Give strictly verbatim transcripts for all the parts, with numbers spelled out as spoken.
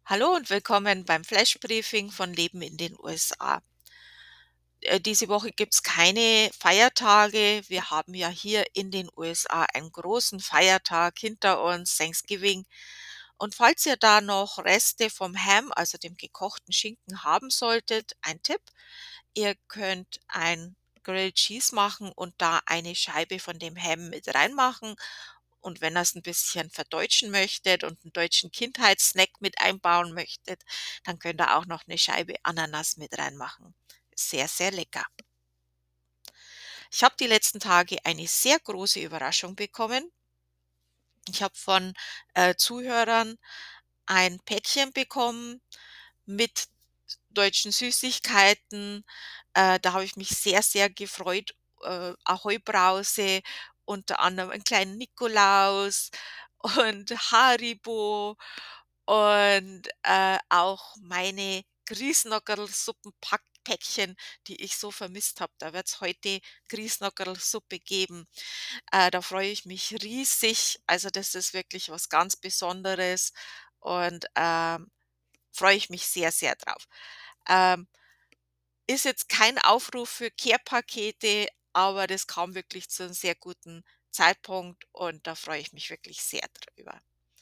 Hallo und willkommen beim Flash-Briefing von Leben in den U S A. Äh, diese Woche gibt's keine Feiertage. Wir haben ja hier in den U S A einen großen Feiertag hinter uns, Thanksgiving. Und falls ihr da noch Reste vom Ham, also dem gekochten Schinken, haben solltet, ein Tipp: Ihr könnt ein Grilled Cheese machen und da eine Scheibe von dem Ham mit reinmachen. Und wenn ihr's 'n bisschen verdeutschen möchtet und 'n deutschen Kindheitssnack mit einbauen möchtet, dann könnt ihr auch noch 'ne Scheibe Ananas mit reinmachen. Sehr, sehr lecker. Ich habe die letzten Tage eine sehr große Überraschung bekommen. Ich habe von, äh, Zuhörern ein Päckchen bekommen mit deutschen Süßigkeiten. Äh, da habe ich mich sehr, sehr gefreut. Äh, Ahoi Brause, unter anderem 'n kleinen Nikolaus und Haribo und, äh, auch meine Grießnockerlsuppenpack Päckchen, die ich so vermisst habe. Da wird's heute Grießnockerlsuppe geben. Äh, da freue ich mich riesig. Also, das ist wirklich was ganz Besonderes und, ähm, freue ich mich sehr, sehr drauf. Ähm, ist jetzt kein Aufruf für Care-Pakete, aber das kam wirklich zu 'nem sehr guten Zeitpunkt und da freue ich mich wirklich sehr drüber.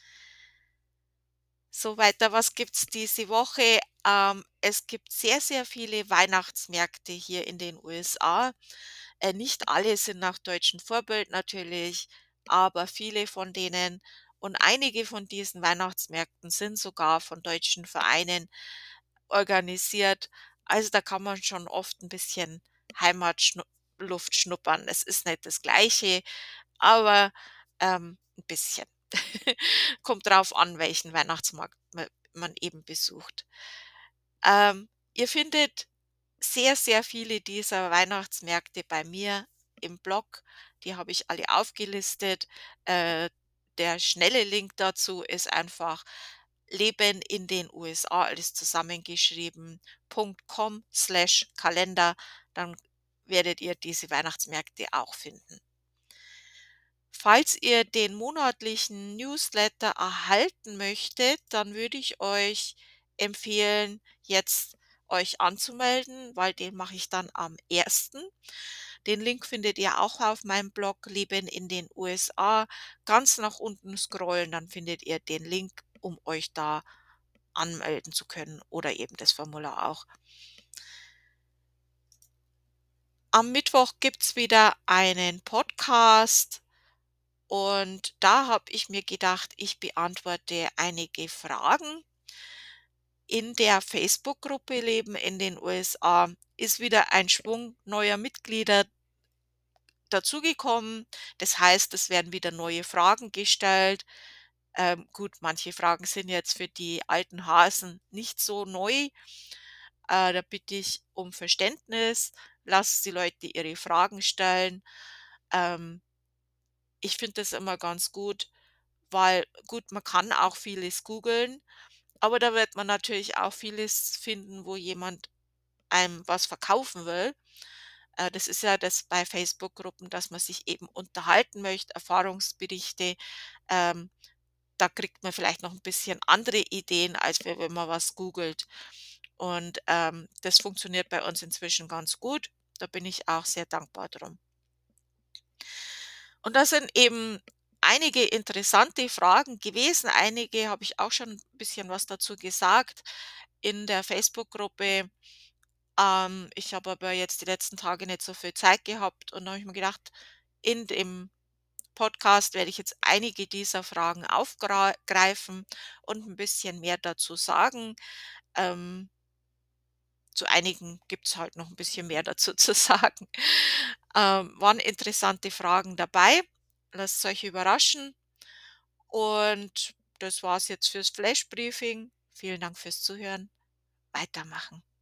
So weiter, was gibt's diese Woche? Ähm, es gibt sehr, sehr viele Weihnachtsmärkte hier in den U S A. Äh, nicht alle sind nach deutschem Vorbild natürlich, aber viele von denen und einige von diesen Weihnachtsmärkten sind sogar von deutschen Vereinen organisiert. Also, da kann man schon oft 'n bisschen Heimatschnu Luft schnuppern. Es ist nicht das Gleiche, aber, ähm, 'n bisschen. Kommt drauf an, welchen Weihnachtsmarkt ma man eben besucht. Ähm, ihr findet sehr, sehr viele dieser Weihnachtsmärkte bei mir im Blog. Die habe ich alle aufgelistet. Äh, der schnelle Link dazu ist einfach Leben in den U S A, alles zusammengeschrieben, Punkt com Slash Kalender. Dann werdet ihr diese Weihnachtsmärkte auch finden. Falls ihr den monatlichen Newsletter erhalten möchtet, dann würde ich euch empfehlen, jetzt euch anzumelden, weil den mache ich dann am ersten Den Link findet ihr auch auf meinem Blog Leben in den U S A. Ganz nach unten scrollen, dann findet ihr den Link, um euch da anmelden zu können oder eben das Formular auch. Am Mittwoch gibt's wieder einen Podcast und da habe ich mir gedacht, ich beantworte einige Fragen. In der Facebook-Gruppe Leben in den U S A ist wieder ein Schwung neuer Mitglieder dazugekommen. Das heißt, es werden wieder neue Fragen gestellt. Ähm, gut, manche Fragen sind jetzt für die alten Hasen nicht so neu. Äh, da bitte ich um Verständnis. Lasst die Leute ihre Fragen stellen. Ähm ich finde das immer ganz gut, weil gut, man kann auch vieles googeln, aber da wird man natürlich auch vieles finden, wo jemand einem was verkaufen will. Äh, das ist ja das bei Facebook-Gruppen, dass man sich eben unterhalten möchte, Erfahrungsberichte. Ähm, da kriegt man vielleicht noch 'n bisschen andere Ideen, als we wenn man was googelt. Und, ähm, das funktioniert bei uns inzwischen ganz gut. Da bin ich auch sehr dankbar drum. Und da sind eben einige interessante Fragen gewesen. Einige habe ich auch schon 'n bisschen was dazu gesagt in der Facebook-Gruppe. Ähm, ich habe aber jetzt die letzten Tage nicht so viel Zeit gehabt und da habe ich mir gedacht, in dem Podcast werde ich jetzt einige dieser Fragen aufgra greifen und 'n bisschen mehr dazu sagen. Ähm zu einigen gibt's halt noch 'n bisschen mehr dazu zu sagen. Ähm, waren interessante Fragen dabei. Lasst euch überraschen. Und das war's jetzt fürs Flash-Briefing. Vielen Dank fürs Zuhören. Weitermachen.